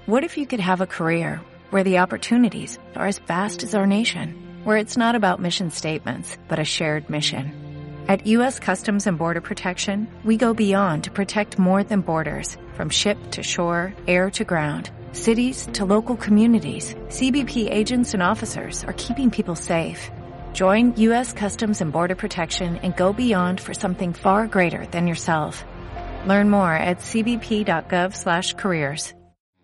What if you could have a career where the opportunities are as vast as our nation, where it's not about mission statements, but a shared mission? At U.S. Customs and Border Protection, we go beyond to protect more than borders, from ship to shore, air to ground, cities to local communities. CBP agents and officers are keeping people safe. Join U.S. Customs and Border Protection and go beyond for something far greater than yourself. Learn more at cbp.gov/careers.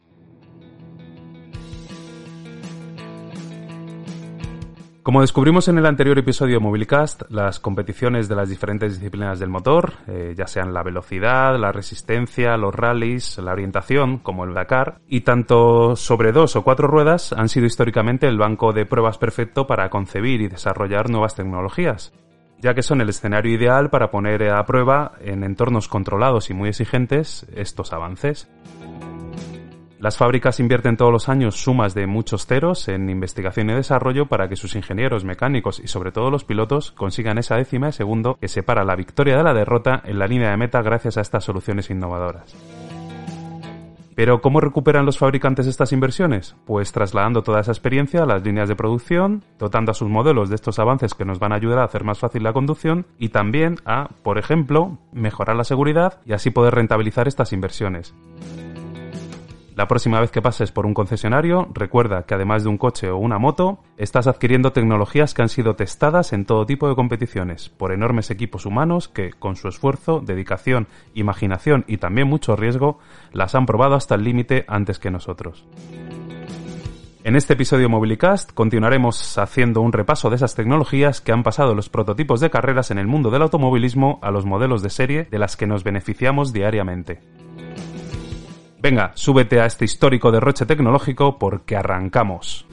Como descubrimos en el anterior episodio de Mobilicast, las competiciones de las diferentes disciplinas del motor, ya sean la velocidad, la resistencia, los rallies, la orientación, como el Dakar, y tanto sobre 2 o 4 ruedas, han sido históricamente el banco de pruebas perfecto para concebir y desarrollar nuevas tecnologías, ya que son el escenario ideal para poner a prueba en entornos controlados y muy exigentes estos avances. Las fábricas invierten todos los años sumas de muchos ceros en investigación y desarrollo para que sus ingenieros, mecánicos y sobre todo los pilotos consigan esa décima de segundo que separa la victoria de la derrota en la línea de meta gracias a estas soluciones innovadoras. ¿Pero cómo recuperan los fabricantes estas inversiones? Pues trasladando toda esa experiencia a las líneas de producción, dotando a sus modelos de estos avances que nos van a ayudar a hacer más fácil la conducción y también a, por ejemplo, mejorar la seguridad y así poder rentabilizar estas inversiones. La próxima vez que pases por un concesionario, recuerda que además de un coche o una moto, estás adquiriendo tecnologías que han sido testadas en todo tipo de competiciones por enormes equipos humanos que, con su esfuerzo, dedicación, imaginación y también mucho riesgo, las han probado hasta el límite antes que nosotros. En este episodio Mobilicast continuaremos haciendo un repaso de esas tecnologías que han pasado los prototipos de carreras en el mundo del automovilismo a los modelos de serie de las que nos beneficiamos diariamente. Venga, súbete a este histórico derroche tecnológico porque arrancamos.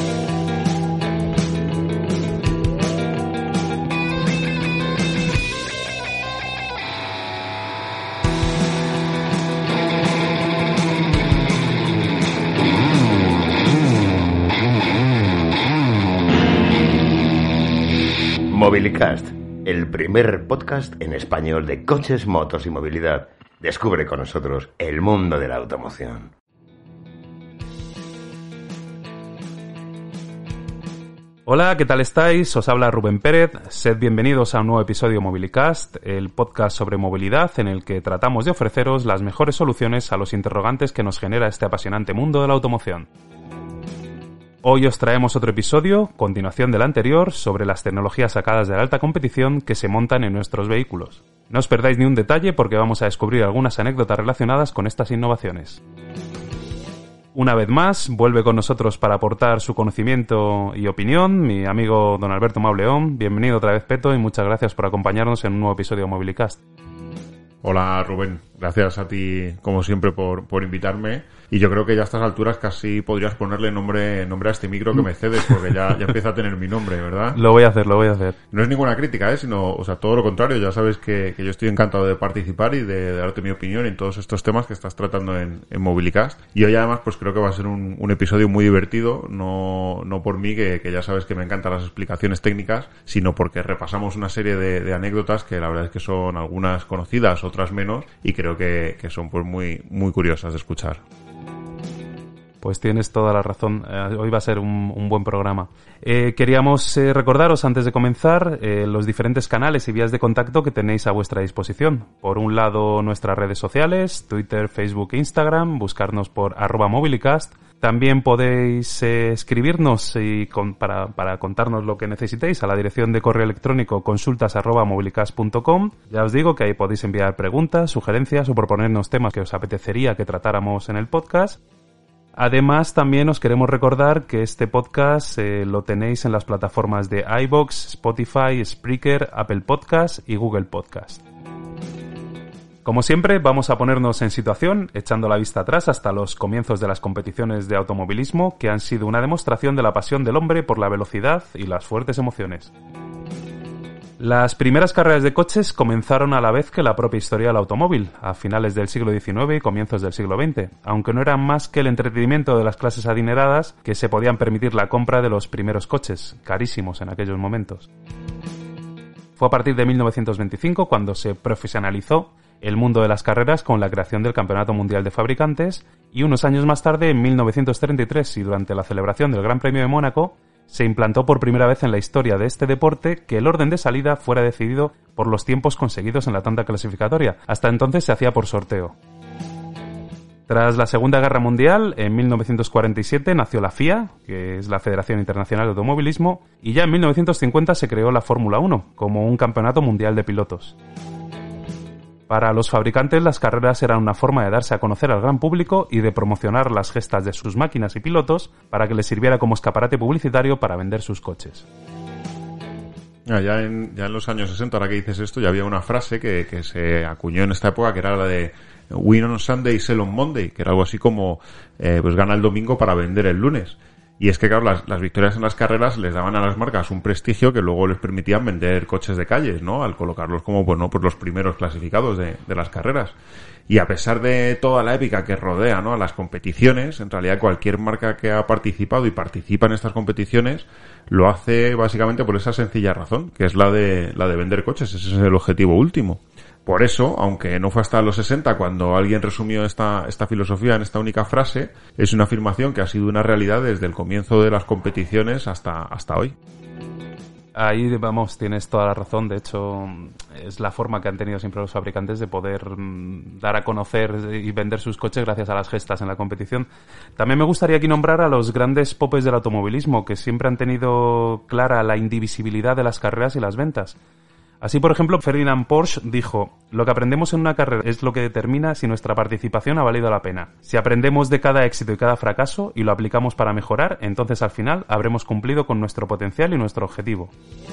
Mobilicast, el primer podcast en español de coches, motos y movilidad. Descubre con nosotros el mundo de la automoción. Hola, ¿qué tal estáis? Os habla Rubén Pérez. Sed bienvenidos a un nuevo episodio de Mobilicast, el podcast sobre movilidad en el que tratamos de ofreceros las mejores soluciones a los interrogantes que nos genera este apasionante mundo de la automoción. Hoy os traemos otro episodio, continuación del anterior, sobre las tecnologías sacadas de la alta competición que se montan en nuestros vehículos. No os perdáis ni un detalle porque vamos a descubrir algunas anécdotas relacionadas con estas innovaciones. Una vez más, vuelve con nosotros para aportar su conocimiento y opinión mi amigo don Alberto Mauleón. Bienvenido otra vez, Peto, y muchas gracias por acompañarnos en un nuevo episodio de Mobilicast. Hola, Rubén. Gracias a ti, como siempre, por invitarme. Y yo creo que ya a estas alturas casi podrías ponerle nombre a este micro que me cedes, porque ya empieza a tener mi nombre, ¿verdad? Lo voy a hacer. No es ninguna crítica, sino, o sea, todo lo contrario. Ya sabes que yo estoy encantado de participar y de darte mi opinión en todos estos temas que estás tratando en Mobilicast. Y hoy, además, pues creo que va a ser un episodio muy divertido, no por mí, que ya sabes que me encantan las explicaciones técnicas, sino porque repasamos una serie de anécdotas que la verdad es que son algunas conocidas, otras menos, y creo que son pues muy, muy curiosas de escuchar. Pues tienes toda la razón. Hoy va a ser un buen programa. Queríamos recordaros, antes de comenzar, los diferentes canales y vías de contacto que tenéis a vuestra disposición. Por un lado, nuestras redes sociales, Twitter, Facebook e Instagram, buscarnos por @Mobilicast. También podéis escribirnos para contarnos lo que necesitéis a la dirección de correo electrónico consultas@mobilicast.com. Ya os digo que ahí podéis enviar preguntas, sugerencias o proponernos temas que os apetecería que tratáramos en el podcast. Además, también os queremos recordar que este podcast lo tenéis en las plataformas de iVoox, Spotify, Spreaker, Apple Podcast y Google Podcast. Como siempre, vamos a ponernos en situación, echando la vista atrás hasta los comienzos de las competiciones de automovilismo, que han sido una demostración de la pasión del hombre por la velocidad y las fuertes emociones. Las primeras carreras de coches comenzaron a la vez que la propia historia del automóvil, a finales del siglo XIX y comienzos del siglo XX, aunque no eran más que el entretenimiento de las clases adineradas que se podían permitir la compra de los primeros coches, carísimos en aquellos momentos. Fue a partir de 1925 cuando se profesionalizó el mundo de las carreras con la creación del Campeonato Mundial de Fabricantes y unos años más tarde, en 1933 y durante la celebración del Gran Premio de Mónaco, se implantó por primera vez en la historia de este deporte que el orden de salida fuera decidido por los tiempos conseguidos en la tanda clasificatoria. Hasta entonces se hacía por sorteo. Tras la Segunda Guerra Mundial, en 1947 nació la FIA, que es la Federación Internacional de Automovilismo, y ya en 1950 se creó la Fórmula 1, como un campeonato mundial de pilotos. Para los fabricantes, las carreras eran una forma de darse a conocer al gran público y de promocionar las gestas de sus máquinas y pilotos para que les sirviera como escaparate publicitario para vender sus coches. Ya en los años 60, ahora que dices esto, ya había una frase que se acuñó en esta época, que era la de "Win on Sunday, sell on Monday", que era algo así como pues gana el domingo para vender el lunes. Y es que, claro, las victorias en las carreras les daban a las marcas un prestigio que luego les permitían vender coches de calles, ¿no? Al colocarlos como, pues, ¿no? Pues los primeros clasificados de las carreras. Y a pesar de toda la épica que rodea, ¿no? A las competiciones, en realidad cualquier marca que ha participado y participa en estas competiciones lo hace básicamente por esa sencilla razón, que es la de vender coches. Ese es el objetivo último. Por eso, aunque no fue hasta los 60 cuando alguien resumió esta filosofía en esta única frase, es una afirmación que ha sido una realidad desde el comienzo de las competiciones hasta hoy. Ahí, vamos, tienes toda la razón. De hecho, es la forma que han tenido siempre los fabricantes de poder dar a conocer y vender sus coches gracias a las gestas en la competición. También me gustaría aquí nombrar a los grandes popes del automovilismo, que siempre han tenido clara la indivisibilidad de las carreras y las ventas. Así, por ejemplo, Ferdinand Porsche dijo: "Lo que aprendemos en una carrera es lo que determina si nuestra participación ha valido la pena. Si aprendemos de cada éxito y cada fracaso y lo aplicamos para mejorar, entonces al final habremos cumplido con nuestro potencial y nuestro objetivo".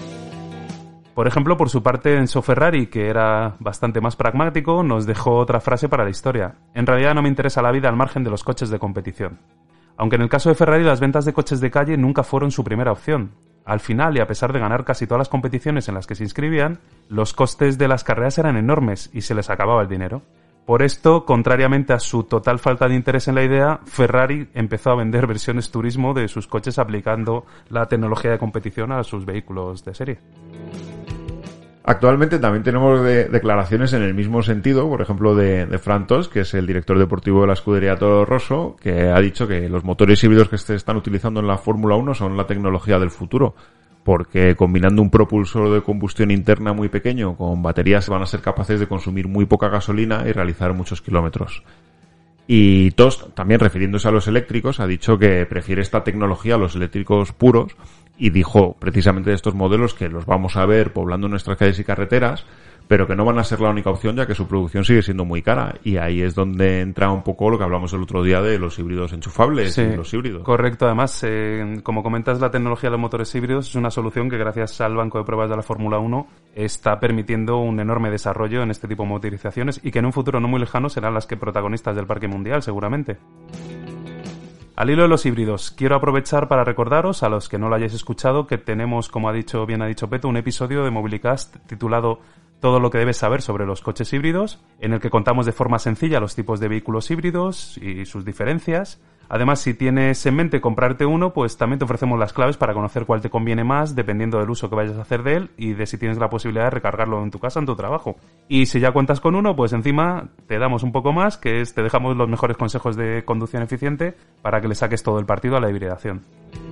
Por ejemplo, por su parte, Enzo Ferrari, que era bastante más pragmático, nos dejó otra frase para la historia: "En realidad no me interesa la vida al margen de los coches de competición". Aunque en el caso de Ferrari las ventas de coches de calle nunca fueron su primera opción. Al final, y a pesar de ganar casi todas las competiciones en las que se inscribían, los costes de las carreras eran enormes y se les acababa el dinero. Por esto, contrariamente a su total falta de interés en la idea, Ferrari empezó a vender versiones turismo de sus coches aplicando la tecnología de competición a sus vehículos de serie. Actualmente también tenemos declaraciones en el mismo sentido, por ejemplo de Frank Tost, que es el director deportivo de la escudería Toro Rosso, que ha dicho que los motores híbridos que se están utilizando en la Fórmula 1 son la tecnología del futuro, porque combinando un propulsor de combustión interna muy pequeño con baterías van a ser capaces de consumir muy poca gasolina y realizar muchos kilómetros. Y Tost, también refiriéndose a los eléctricos, ha dicho que prefiere esta tecnología a los eléctricos puros y dijo precisamente de estos modelos que los vamos a ver poblando nuestras calles y carreteras, pero que no van a ser la única opción ya que su producción sigue siendo muy cara. Y ahí es donde entra un poco lo que hablamos el otro día de los híbridos enchufables. Sí, y los híbridos. Correcto. Además, como comentas, la tecnología de los motores híbridos es una solución que gracias al banco de pruebas de la Fórmula 1 está permitiendo un enorme desarrollo en este tipo de motorizaciones y que en un futuro no muy lejano serán las que protagonistas del parque mundial, seguramente. Al hilo de los híbridos, quiero aprovechar para recordaros, a los que no lo hayáis escuchado, que tenemos, como bien ha dicho Peto, un episodio de Mobilicast titulado "Todo lo que debes saber sobre los coches híbridos", en el que contamos de forma sencilla los tipos de vehículos híbridos y sus diferencias. Además, si tienes en mente comprarte uno, pues también te ofrecemos las claves para conocer cuál te conviene más, dependiendo del uso que vayas a hacer de él y de si tienes la posibilidad de recargarlo en tu casa, en tu trabajo. Y si ya cuentas con uno, pues encima te damos un poco más, que es te dejamos los mejores consejos de conducción eficiente para que le saques todo el partido a la hibridación.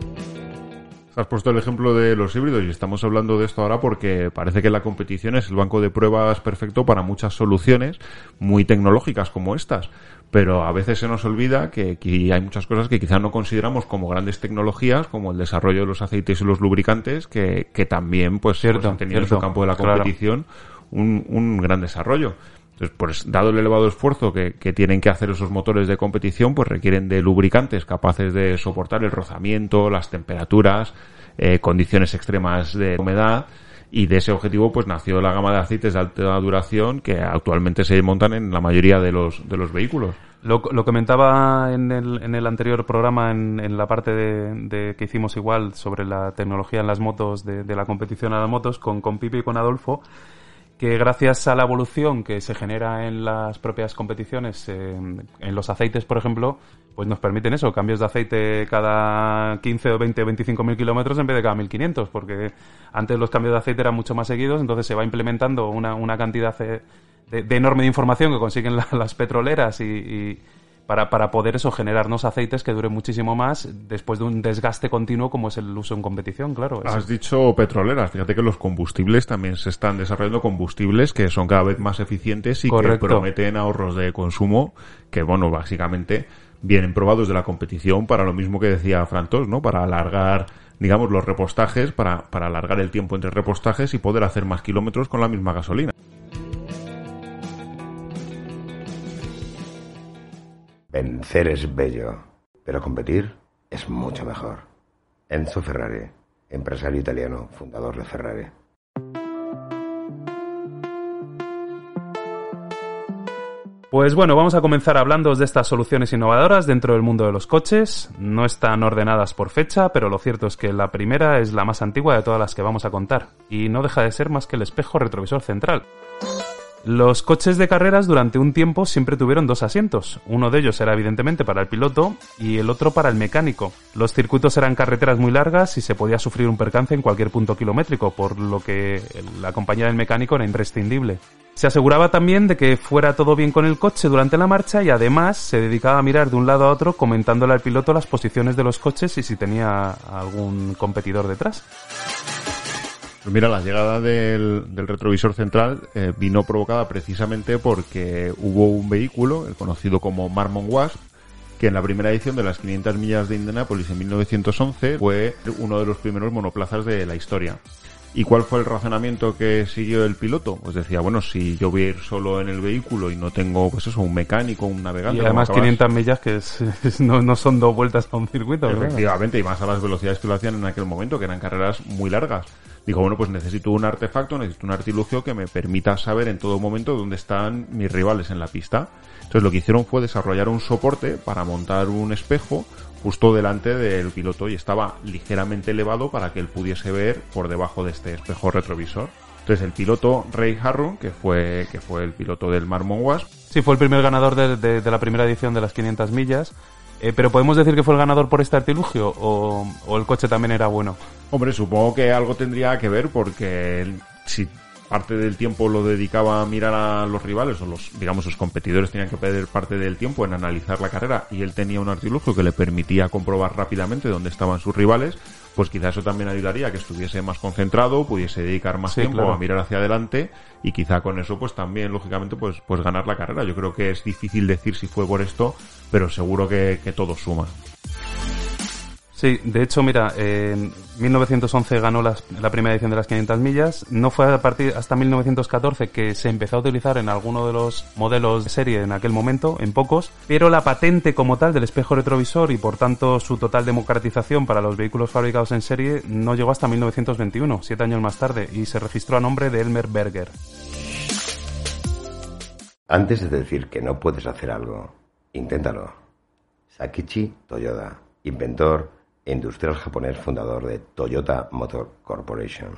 Has puesto el ejemplo de los híbridos y estamos hablando de esto ahora porque parece que la competición es el banco de pruebas perfecto para muchas soluciones muy tecnológicas como estas. Pero a veces se nos olvida que hay muchas cosas que quizás no consideramos como grandes tecnologías, como el desarrollo de los aceites y los lubricantes, que también pues han tenido en su campo de la competición un gran desarrollo. Entonces, pues dado el elevado esfuerzo que tienen que hacer esos motores de competición, pues requieren de lubricantes capaces de soportar el rozamiento, las temperaturas, condiciones extremas de humedad, y de ese objetivo pues nació la gama de aceites de alta duración que actualmente se montan en la mayoría de los vehículos. Lo comentaba en el anterior programa, en la parte de que hicimos igual sobre la tecnología en las motos, de la competición a las motos, con Pipi y con Adolfo, que gracias a la evolución que se genera en las propias competiciones, en los aceites, por ejemplo, pues nos permiten eso, cambios de aceite cada 15 o 20 o 25.000 kilómetros en vez de cada 1.500, porque antes los cambios de aceite eran mucho más seguidos, entonces se va implementando una cantidad de enorme de información que consiguen las petroleras y para poder eso generarnos aceites que duren muchísimo más después de un desgaste continuo como es el uso en competición, claro. Has dicho petroleras, fíjate que los combustibles también se están desarrollando combustibles que son cada vez más eficientes y Correcto. que prometen ahorros de consumo que, bueno, básicamente vienen probados de la competición para lo mismo que decía Frantos, ¿no? Para alargar, digamos, los repostajes, para alargar el tiempo entre repostajes y poder hacer más kilómetros con la misma gasolina. Vencer es bello, pero competir es mucho mejor. Enzo Ferrari, empresario italiano, fundador de Ferrari. Pues bueno, vamos a comenzar hablando de estas soluciones innovadoras dentro del mundo de los coches. No están ordenadas por fecha, pero lo cierto es que la primera es la más antigua de todas las que vamos a contar, y no deja de ser más que el espejo retrovisor central. Los coches de carreras durante un tiempo siempre tuvieron dos asientos. Uno de ellos era evidentemente para el piloto y el otro para el mecánico. Los circuitos eran carreteras muy largas y se podía sufrir un percance en cualquier punto kilométrico, por lo que la compañía del mecánico era imprescindible. Se aseguraba también de que fuera todo bien con el coche durante la marcha y además se dedicaba a mirar de un lado a otro comentándole al piloto las posiciones de los coches y si tenía algún competidor detrás. Pues mira, la llegada del retrovisor central vino provocada precisamente porque hubo un vehículo, el conocido como Marmon Wasp, que en la primera edición de las 500 millas de Indianápolis en 1911 fue uno de los primeros monoplazas de la historia. ¿Y cuál fue el razonamiento que siguió el piloto? Pues decía, bueno, si yo voy a ir solo en el vehículo y no tengo, pues eso, un mecánico, un navegante... Y además 500 millas que no son 2 vueltas a un circuito. Efectivamente, ¿verdad? Y más a las velocidades que lo hacían en aquel momento, que eran carreras muy largas. Dijo, bueno, pues necesito un artefacto, necesito un artilugio que me permita saber en todo momento dónde están mis rivales en la pista. Entonces lo que hicieron fue desarrollar un soporte para montar un espejo justo delante del piloto y estaba ligeramente elevado para que él pudiese ver por debajo de este espejo retrovisor. Entonces el piloto Ray Harron, que fue el piloto del Marmon Wasp... Sí, fue el primer ganador de la primera edición de las 500 millas. ¿Pero podemos decir que fue el ganador por este artilugio o el coche también era bueno? Hombre, supongo que algo tendría que ver porque si parte del tiempo lo dedicaba a mirar a los rivales o sus competidores tenían que perder parte del tiempo en analizar la carrera y él tenía un artilugio que le permitía comprobar rápidamente dónde estaban sus rivales, pues quizá eso también ayudaría a que estuviese más concentrado, pudiese dedicar más tiempo a mirar hacia adelante y quizá con eso pues también lógicamente pues ganar la carrera. Yo creo que es difícil decir si fue por esto, pero seguro que todo suma. Sí, de hecho, mira, en 1911 ganó la primera edición de las 500 millas. No fue hasta 1914 que se empezó a utilizar en alguno de los modelos de serie en aquel momento, en pocos, pero la patente como tal del espejo retrovisor y por tanto su total democratización para los vehículos fabricados en serie no llegó hasta 1921, 7 años más tarde, y se registró a nombre de Elmer Berger. Antes de decir que no puedes hacer algo, inténtalo. Sakichi Toyoda, inventor e industrial japonés, fundador de Toyota Motor Corporation.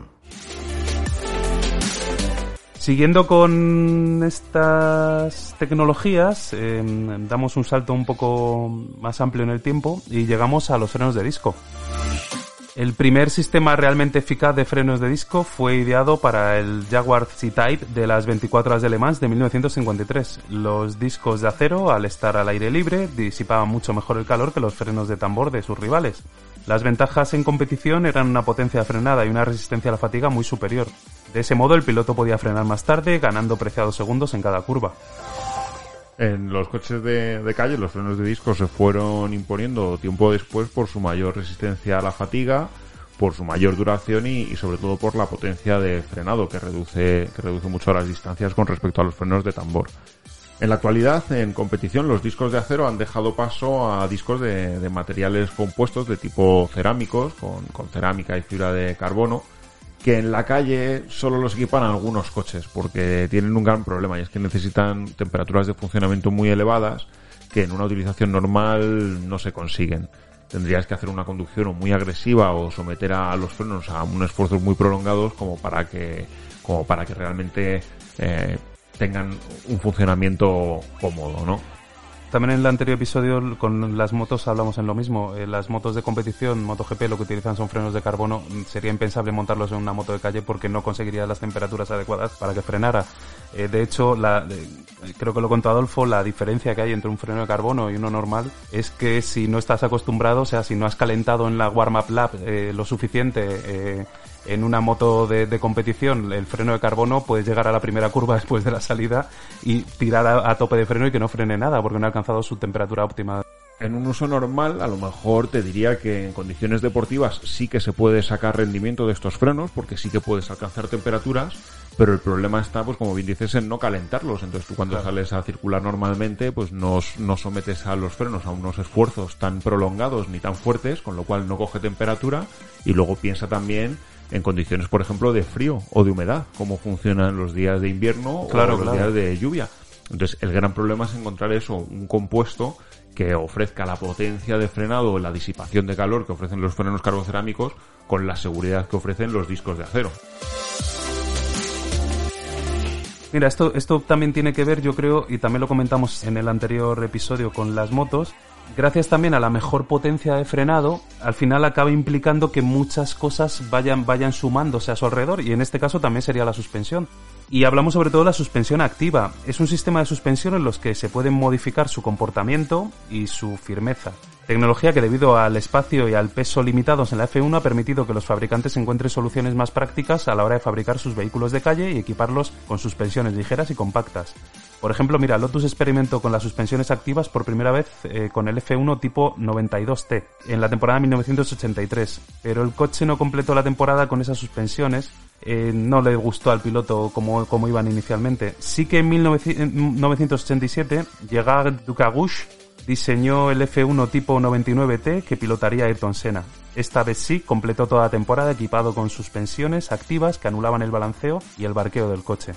Siguiendo con estas tecnologías, damos un salto un poco más amplio en el tiempo y llegamos a los frenos de disco. El primer sistema realmente eficaz de frenos de disco fue ideado para el Jaguar C-Type de las 24 horas de Le Mans de 1953. Los discos de acero, al estar al aire libre, disipaban mucho mejor el calor que los frenos de tambor de sus rivales. Las ventajas en competición eran una potencia de frenada y una resistencia a la fatiga muy superior. De ese modo el piloto podía frenar más tarde, ganando preciados segundos en cada curva. En los coches de calle los frenos de disco se fueron imponiendo tiempo después por su mayor resistencia a la fatiga, por su mayor duración y sobre todo por la potencia de frenado que reduce mucho las distancias con respecto a los frenos de tambor. En la actualidad, en competición, los discos de acero han dejado paso a discos de materiales compuestos de tipo cerámicos, con cerámica y fibra de carbono, que en la calle solo los equipan algunos coches porque tienen un gran problema y es que necesitan temperaturas de funcionamiento muy elevadas que en una utilización normal no se consiguen. Tendrías que hacer una conducción o muy agresiva o someter a los frenos a unos esfuerzos muy prolongados como para que realmente tengan un funcionamiento cómodo, ¿no? También en el anterior episodio con las motos hablamos en lo mismo. Las motos de competición, MotoGP, lo que utilizan son frenos de carbono. Sería impensable montarlos en una moto de calle porque no conseguiría las temperaturas adecuadas para que frenara. De hecho, creo que lo contó Adolfo, la diferencia que hay entre un freno de carbono y uno normal es que si no estás acostumbrado, o sea, si no has calentado en la warm-up lap lo suficiente en una moto de competición, el freno de carbono, puedes llegar a la primera curva después de la salida y tirar a tope de freno y que no frene nada porque no ha alcanzado su temperatura óptima. En un uso normal, a lo mejor te diría que en condiciones deportivas sí que se puede sacar rendimiento de estos frenos, porque sí que puedes alcanzar temperaturas, pero el problema está, pues como bien dices, en no calentarlos. Entonces tú cuando sales a circular normalmente, pues no sometes a los frenos a unos esfuerzos tan prolongados ni tan fuertes, con lo cual no coge temperatura. Y luego piensa también en condiciones, por ejemplo, de frío o de humedad, cómo funcionan los días de invierno o los días de lluvia. Entonces el gran problema es encontrar eso, un compuesto que ofrezca la potencia de frenado, la disipación de calor que ofrecen los frenos carbocerámicos con la seguridad que ofrecen los discos de acero. Mira, esto también tiene que ver, yo creo, y también lo comentamos en el anterior episodio con las motos. Gracias también a la mejor potencia de frenado, al final acaba implicando que muchas cosas vayan sumándose a su alrededor, y en este caso también sería la suspensión. Y hablamos sobre todo de la suspensión activa. Es un sistema de suspensión en los que se pueden modificar su comportamiento y su firmeza. Tecnología que, debido al espacio y al peso limitados en la F1, ha permitido que los fabricantes encuentren soluciones más prácticas a la hora de fabricar sus vehículos de calle y equiparlos con suspensiones ligeras y compactas. Por ejemplo, mira, Lotus experimentó con las suspensiones activas por primera vez con el F1 tipo 92T en la temporada de 1983, pero el coche no completó la temporada con esas suspensiones. No le gustó al piloto como iban inicialmente. Sí que en 1987 Gerard Ducaguche diseñó el F1 tipo 99T que pilotaría Ayrton Senna. Esta vez sí completó toda la temporada equipado con suspensiones activas que anulaban el balanceo y el barqueo del coche.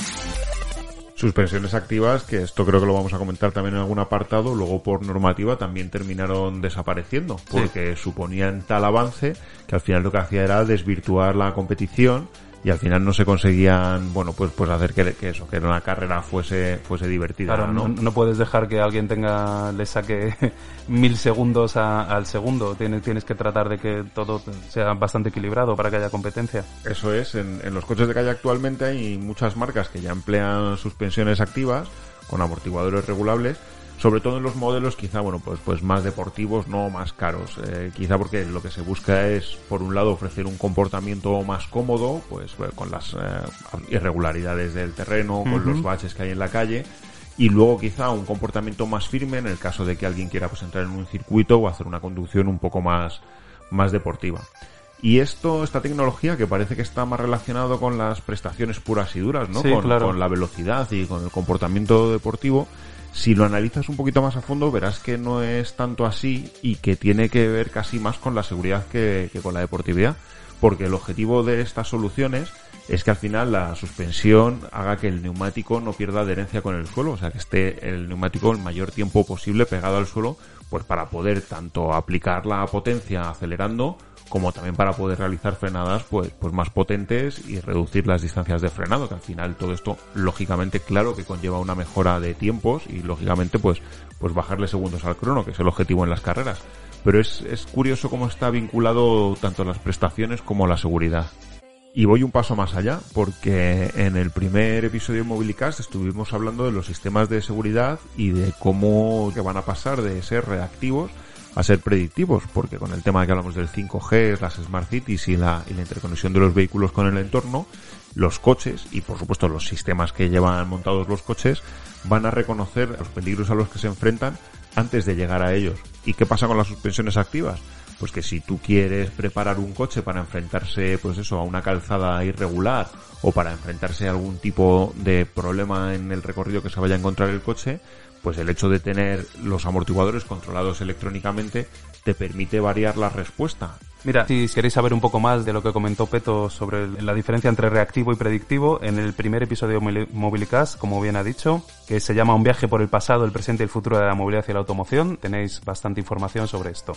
Suspensiones activas, que esto creo que lo vamos a comentar también en algún apartado, luego por normativa también terminaron desapareciendo, porque suponían tal avance que al final lo que hacía era desvirtuar la competición y al final no se conseguían, bueno, pues hacer que una carrera fuese divertida. Claro, no puedes dejar que alguien le saque 1000 segundos al segundo. Tienes que tratar de que todo sea bastante equilibrado para que haya competencia. Eso es, en los coches de calle actualmente hay muchas marcas que ya emplean suspensiones activas con amortiguadores regulables, sobre todo en los modelos quizá, bueno, pues más deportivos, no más caros, quizá porque lo que se busca es, por un lado, ofrecer un comportamiento más cómodo, pues con las irregularidades del terreno, con los baches que hay en la calle, y luego quizá un comportamiento más firme en el caso de que alguien quiera pues entrar en un circuito o hacer una conducción un poco más deportiva. Y esta tecnología que parece que está más relacionado con las prestaciones puras y duras, ¿no? Sí, claro. Con la velocidad y con el comportamiento deportivo. Si lo analizas un poquito más a fondo, verás que no es tanto así y que tiene que ver casi más con la seguridad que con la deportividad. Porque el objetivo de estas soluciones es que al final la suspensión haga que el neumático no pierda adherencia con el suelo, o sea, que esté el neumático el mayor tiempo posible pegado al suelo, pues para poder tanto aplicar la potencia acelerando como también para poder realizar frenadas pues más potentes y reducir las distancias de frenado, que al final todo esto lógicamente claro que conlleva una mejora de tiempos y lógicamente pues bajarle segundos al crono, que es el objetivo en las carreras. Pero es curioso cómo está vinculado tanto las prestaciones como la seguridad. Y voy un paso más allá, porque en el primer episodio de Mobilicast estuvimos hablando de los sistemas de seguridad y de cómo que van a pasar de ser reactivos a ser predictivos, porque con el tema que hablamos del 5G, las Smart Cities y la interconexión de los vehículos con el entorno, los coches y por supuesto los sistemas que llevan montados los coches van a reconocer los peligros a los que se enfrentan antes de llegar a ellos. ¿Y qué pasa con las suspensiones activas? Pues que si tú quieres preparar un coche para enfrentarse, pues eso, a una calzada irregular o para enfrentarse a algún tipo de problema en el recorrido que se vaya a encontrar el coche, pues el hecho de tener los amortiguadores controlados electrónicamente te permite variar la respuesta. Mira, si queréis saber un poco más de lo que comentó Peto sobre la diferencia entre reactivo y predictivo, en el primer episodio de Mobilicast, como bien ha dicho, que se llama Un viaje por el pasado, el presente y el futuro de la movilidad y la automoción, tenéis bastante información sobre esto.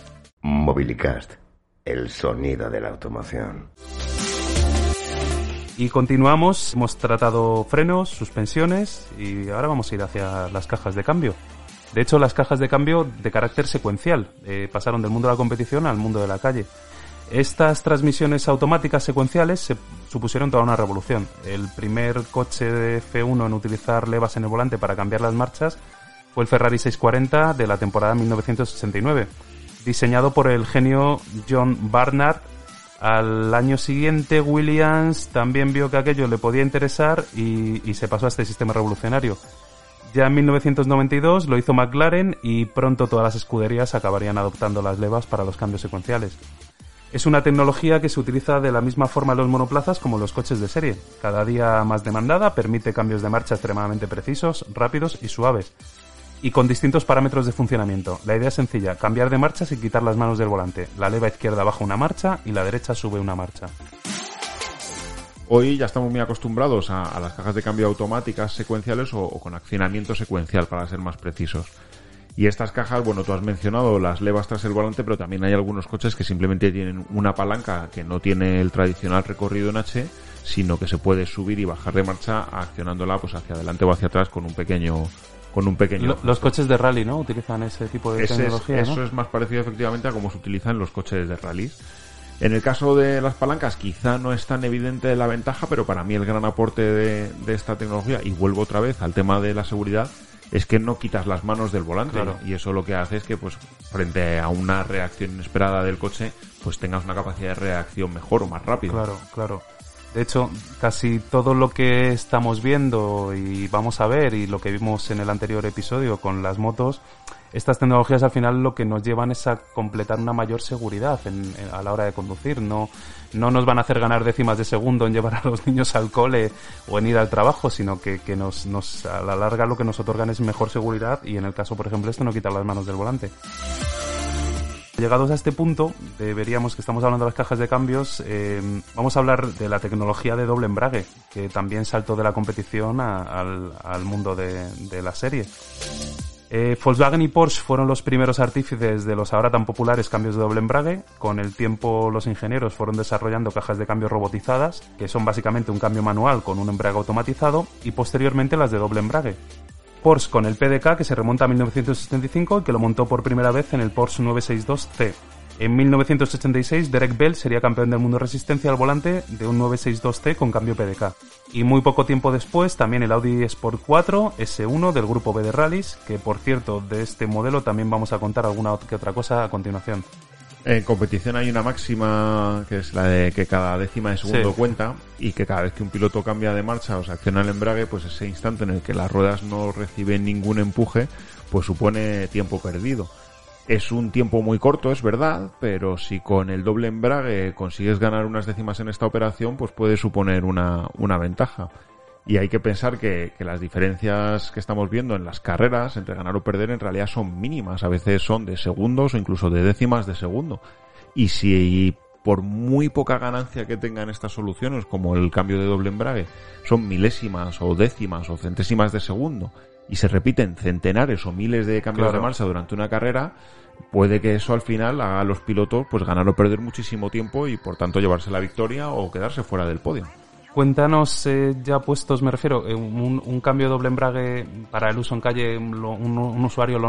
Mobilicast, el sonido de la automoción. Y continuamos, hemos tratado frenos, suspensiones y ahora vamos a ir hacia las cajas de cambio. De hecho, las cajas de cambio de carácter secuencial pasaron del mundo de la competición al mundo de la calle. Estas transmisiones automáticas secuenciales se supusieron toda una revolución. El primer coche de F1 en utilizar levas en el volante para cambiar las marchas fue el Ferrari 640 de la temporada 1989, diseñado por el genio John Barnard. Al año siguiente Williams también vio que aquello le podía interesar y se pasó a este sistema revolucionario. Ya en 1992 lo hizo McLaren y pronto todas las escuderías acabarían adoptando las levas para los cambios secuenciales. Es una tecnología que se utiliza de la misma forma en los monoplazas como en los coches de serie. Cada día más demandada, permite cambios de marcha extremadamente precisos, rápidos y suaves, y con distintos parámetros de funcionamiento. La idea es sencilla, cambiar de marcha sin quitar las manos del volante. La leva izquierda baja una marcha y la derecha sube una marcha. Hoy ya estamos muy acostumbrados a las cajas de cambio automáticas secuenciales o con accionamiento secuencial, para ser más precisos. Y estas cajas, bueno, tú has mencionado las levas tras el volante, pero también hay algunos coches que simplemente tienen una palanca que no tiene el tradicional recorrido en H, sino que se puede subir y bajar de marcha accionándola pues hacia adelante o hacia atrás con un pequeño Los coches de rally, ¿no? Utilizan ese tipo de tecnología, ¿no? Eso es más parecido efectivamente a cómo se utiliza en los coches de rallies. En el caso de las palancas quizá no es tan evidente la ventaja, pero para mí el gran aporte de esta tecnología, y vuelvo otra vez al tema de la seguridad, es que no quitas las manos del volante. Claro. Y eso lo que hace es que pues frente a una reacción inesperada del coche pues tengas una capacidad de reacción mejor o más rápida. Claro. De hecho, casi todo lo que estamos viendo y vamos a ver y lo que vimos en el anterior episodio con las motos, estas tecnologías al final lo que nos llevan es a completar una mayor seguridad a la hora de conducir. No nos van a hacer ganar décimas de segundo en llevar a los niños al cole o en ir al trabajo, sino que nos a la larga lo que nos otorgan es mejor seguridad y en el caso, por ejemplo, esto no quita las manos del volante. Llegados a este punto, veríamos que estamos hablando de las cajas de cambios, vamos a hablar de la tecnología de doble embrague, que también saltó de la competición al mundo de la serie. Volkswagen y Porsche fueron los primeros artífices de los ahora tan populares cambios de doble embrague. Con el tiempo los ingenieros fueron desarrollando cajas de cambio robotizadas, que son básicamente un cambio manual con un embrague automatizado, y posteriormente las de doble embrague. Porsche con el PDK, que se remonta a 1975 y que lo montó por primera vez en el Porsche 962C. En 1986, Derek Bell sería campeón del mundo de resistencia al volante de un 962C con cambio PDK. Y muy poco tiempo después, también el Audi Sport 4 S1 del grupo B de Rallys, que por cierto, de este modelo también vamos a contar alguna que otra cosa a continuación. En competición hay una máxima que es la de que cada décima de segundo cuenta, y que cada vez que un piloto cambia de marcha o se acciona el embrague, pues ese instante en el que las ruedas no reciben ningún empuje, pues supone tiempo perdido. Es un tiempo muy corto, es verdad, pero si con el doble embrague consigues ganar unas décimas en esta operación, pues puede suponer una ventaja. Y hay que pensar que las diferencias que estamos viendo en las carreras entre ganar o perder en realidad son mínimas. A veces son de segundos o incluso de décimas de segundo. Y si por muy poca ganancia que tengan estas soluciones, como el cambio de doble embrague, son milésimas o décimas o centésimas de segundo, y se repiten centenares o miles de cambios de marcha durante una carrera, puede que eso al final haga a los pilotos pues ganar o perder muchísimo tiempo y por tanto llevarse la victoria o quedarse fuera del podio. Cuéntanos, ya puestos, me refiero, un cambio de doble embrague para el uso en calle, un usuario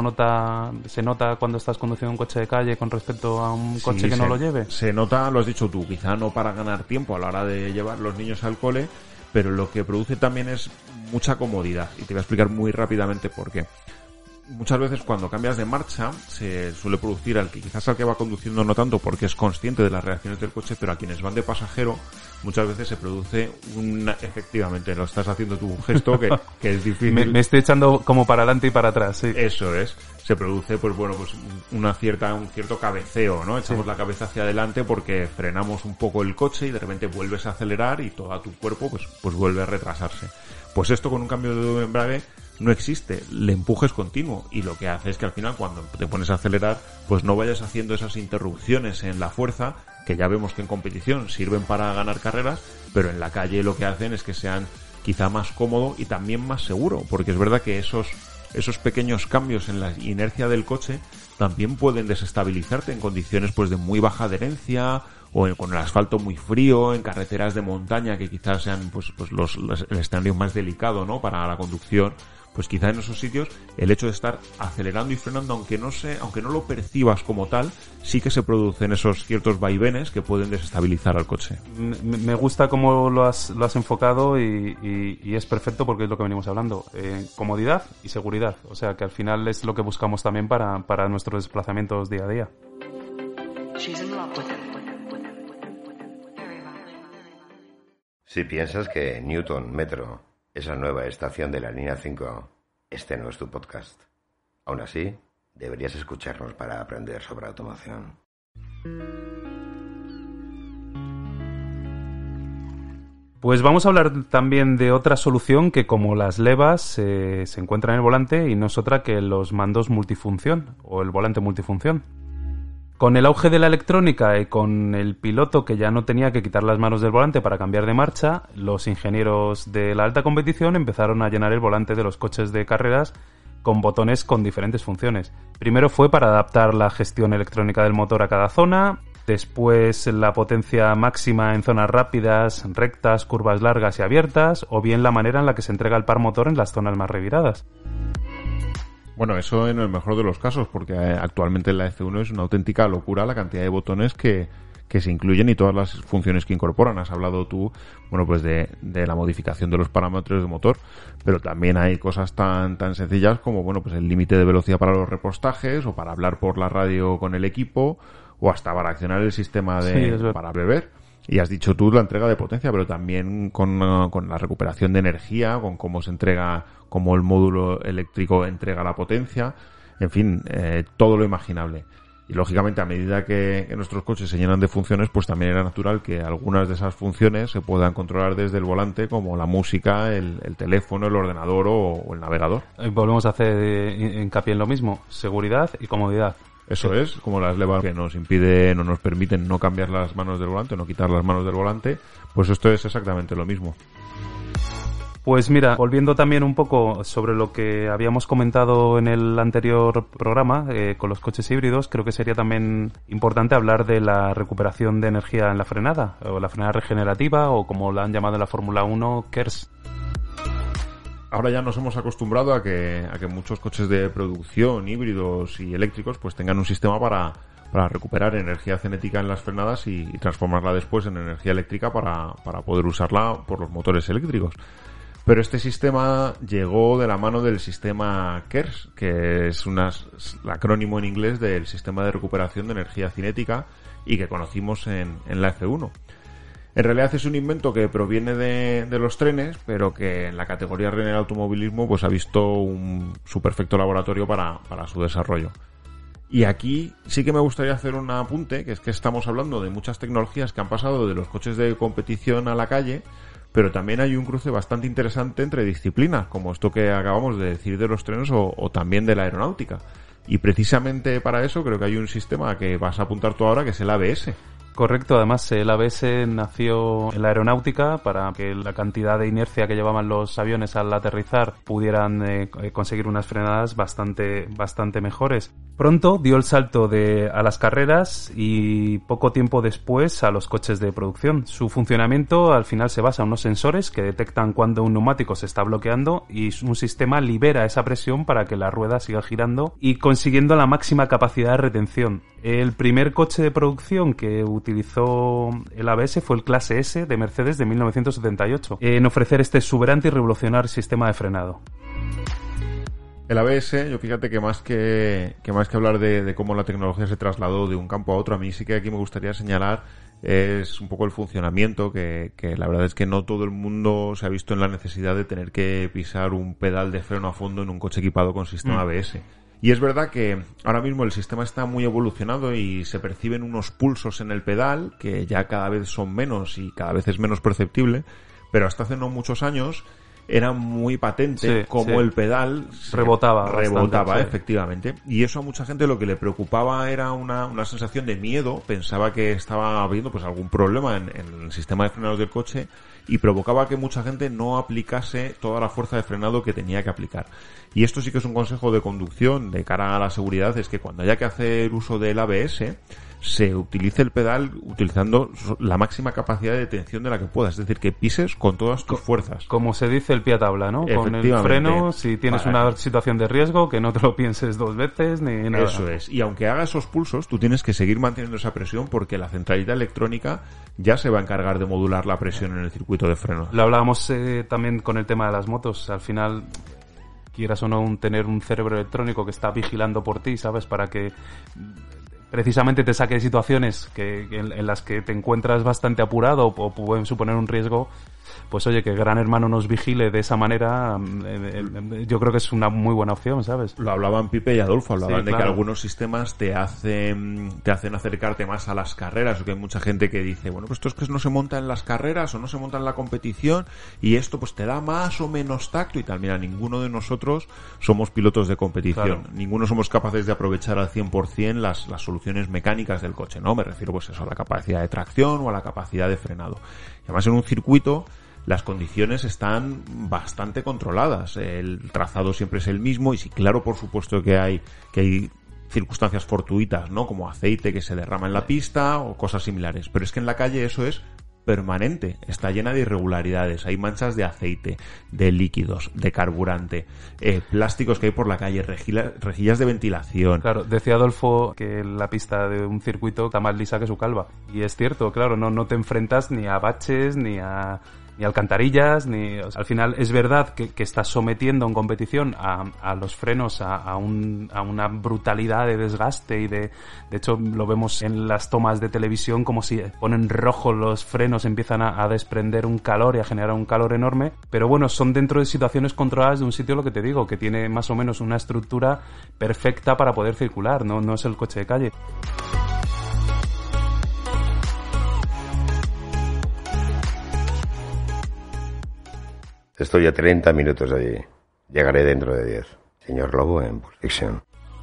se nota cuando estás conduciendo un coche de calle con respecto a un coche que no lo lleve. Se nota, lo has dicho tú, quizá no para ganar tiempo a la hora de llevar los niños al cole, pero lo que produce también es mucha comodidad, y te voy a explicar muy rápidamente por qué. Muchas veces cuando cambias de marcha se suele producir al que va conduciendo no tanto porque es consciente de las reacciones del coche, pero a quienes van de pasajero muchas veces se produce efectivamente, lo estás haciendo tu gesto que es difícil. Me estoy echando como para adelante y para atrás, sí. Eso es. Se produce pues un cierto cabeceo, ¿no? Echamos la cabeza hacia adelante porque frenamos un poco el coche y de repente vuelves a acelerar y todo tu cuerpo pues vuelve a retrasarse. Pues esto con un cambio de doble embrague no existe, el empuje es continuo y lo que hace es que al final cuando te pones a acelerar pues no vayas haciendo esas interrupciones en la fuerza que ya vemos que en competición sirven para ganar carreras, pero en la calle lo que hacen es que sean quizá más cómodo y también más seguro, porque es verdad que esos pequeños cambios en la inercia del coche también pueden desestabilizarte en condiciones pues de muy baja adherencia o con el asfalto muy frío, en carreteras de montaña que quizás sean pues el escenario más delicado, ¿no?, para la conducción, pues quizá en esos sitios el hecho de estar acelerando y frenando, aunque no lo percibas como tal, sí que se producen esos ciertos vaivenes que pueden desestabilizar al coche. Me gusta cómo lo has enfocado y es perfecto porque es lo que venimos hablando. Comodidad y seguridad. O sea, que al final es lo que buscamos también para nuestros desplazamientos día a día. Si piensas que Newton Metro es la nueva estación de la línea 5, este no es tu podcast. Aún así, deberías escucharnos para aprender sobre automoción. Pues vamos a hablar también de otra solución que, como las levas, se encuentra en el volante y no es otra que los mandos multifunción o el volante multifunción. Con el auge de la electrónica y con el piloto que ya no tenía que quitar las manos del volante para cambiar de marcha, los ingenieros de la alta competición empezaron a llenar el volante de los coches de carreras con botones con diferentes funciones. Primero fue para adaptar la gestión electrónica del motor a cada zona, después la potencia máxima en zonas rápidas, rectas, curvas largas y abiertas, o bien la manera en la que se entrega el par motor en las zonas más reviradas. Bueno, eso en el mejor de los casos, porque actualmente en la F1 es una auténtica locura la cantidad de botones que se incluyen y todas las funciones que incorporan. Has hablado tú, bueno, pues de la modificación de los parámetros de motor, pero también hay cosas tan sencillas como, bueno, pues el límite de velocidad para los repostajes, o para hablar por la radio con el equipo, o hasta para accionar el sistema para beber. Y has dicho tú la entrega de potencia, pero también con la recuperación de energía, con cómo se entrega, cómo el módulo eléctrico entrega la potencia, en fin, todo lo imaginable. Y lógicamente, a medida que nuestros coches se llenan de funciones, pues también era natural que algunas de esas funciones se puedan controlar desde el volante, como la música, el teléfono, el ordenador o el navegador. Volvemos a hacer hincapié en lo mismo, seguridad y comodidad. Eso es, como las levas que nos impiden o nos permiten no cambiar las manos del volante, no quitar las manos del volante, pues esto es exactamente lo mismo. Pues mira, volviendo también un poco sobre lo que habíamos comentado en el anterior programa con los coches híbridos, creo que sería también importante hablar de la recuperación de energía en la frenada, o la frenada regenerativa, o como la han llamado en la Fórmula 1, KERS. Ahora ya nos hemos acostumbrado a que muchos coches de producción, híbridos y eléctricos, pues tengan un sistema para recuperar energía cinética en las frenadas y transformarla después en energía eléctrica para poder usarla por los motores eléctricos. Pero este sistema llegó de la mano del sistema KERS, que es el acrónimo en inglés del Sistema de Recuperación de Energía Cinética y que conocimos en la F1. En realidad es un invento que proviene de los trenes, pero que en la categoría real del automovilismo pues ha visto su perfecto laboratorio para su desarrollo. Y aquí sí que me gustaría hacer un apunte, que es que estamos hablando de muchas tecnologías que han pasado de los coches de competición a la calle, pero también hay un cruce bastante interesante entre disciplinas, como esto que acabamos de decir de los trenes o también de la aeronáutica. Y precisamente para eso creo que hay un sistema que vas a apuntar tú ahora, que es el ABS. Correcto, además el ABS nació en la aeronáutica para que la cantidad de inercia que llevaban los aviones al aterrizar pudieran conseguir unas frenadas bastante mejores. Pronto dio el salto a las carreras y poco tiempo después a los coches de producción. Su funcionamiento al final se basa en unos sensores que detectan cuando un neumático se está bloqueando y un sistema libera esa presión para que la rueda siga girando y consiguiendo la máxima capacidad de retención. El primer coche de producción que utilizó el ABS fue el Clase S de Mercedes de 1978 en ofrecer este exuberante y revolucionario sistema de frenado. El ABS, yo fíjate que más que hablar de cómo la tecnología se trasladó de un campo a otro, a mí sí que aquí me gustaría señalar es un poco el funcionamiento, que la verdad es que no todo el mundo se ha visto en la necesidad de tener que pisar un pedal de freno a fondo en un coche equipado con sistema ABS. Y es verdad que ahora mismo el sistema está muy evolucionado y se perciben unos pulsos en el pedal que ya cada vez son menos y cada vez es menos perceptible, pero hasta hace no muchos años era muy patente cómo el pedal rebotaba bastante, efectivamente. Y eso a mucha gente lo que le preocupaba era una sensación de miedo, pensaba que estaba habiendo pues algún problema en el sistema de frenados del coche y provocaba que mucha gente no aplicase toda la fuerza de frenado que tenía que aplicar. Y esto sí que es un consejo de conducción de cara a la seguridad, es que cuando haya que hacer uso del ABS, se utilice el pedal utilizando la máxima capacidad de tensión de la que puedas, es decir, que pises con todas tus fuerzas. Como se dice el pie a tabla, ¿no? Con el freno, si tienes una situación de riesgo, que no te lo pienses 2 veces ni nada. Eso es. Y aunque haga esos pulsos, tú tienes que seguir manteniendo esa presión porque la centralita electrónica ya se va a encargar de modular la presión en el circuito de freno. Lo hablábamos también con el tema de las motos. Al final, quieras o no, tener un cerebro electrónico que está vigilando por ti, ¿sabes? Para que precisamente te saque de situaciones en las que te encuentras bastante apurado o pueden suponer un riesgo. Pues oye, que Gran Hermano nos vigile de esa manera, yo creo que es una muy buena opción, ¿sabes? Lo hablaban Pipe y Adolfo, hablaban de claro, que algunos sistemas te hacen acercarte más a las carreras, o que hay mucha gente que dice, bueno, pues esto es que no se monta en las carreras o no se monta en la competición y esto pues te da más o menos tacto y tal. Mira, ninguno de nosotros somos pilotos de competición, claro. Ninguno somos capaces de aprovechar al 100% las soluciones mecánicas del coche, ¿no? Me refiero pues eso, a la capacidad de tracción o a la capacidad de frenado. Y además en un circuito las condiciones están bastante controladas. El trazado siempre es el mismo y sí, claro, por supuesto que hay circunstancias fortuitas, ¿no? Como aceite que se derrama en la pista o cosas similares. Pero es que en la calle eso es permanente. Está llena de irregularidades. Hay manchas de aceite, de líquidos, de carburante, plásticos que hay por la calle, rejillas de ventilación. Claro, decía Adolfo que la pista de un circuito está más lisa que su calva. Y es cierto, claro, no te enfrentas ni a baches, ni alcantarillas, al final es verdad que estás sometiendo en competición a los frenos a una brutalidad de desgaste y de hecho lo vemos en las tomas de televisión como si ponen rojo los frenos, empiezan a desprender un calor y a generar un calor enorme, pero bueno, son dentro de situaciones controladas de un sitio, lo que te digo, que tiene más o menos una estructura perfecta para poder circular, no es el coche de calle. Estoy a 30 minutos de allí. Llegaré dentro de 10. Señor Lobo en Pulp Fiction.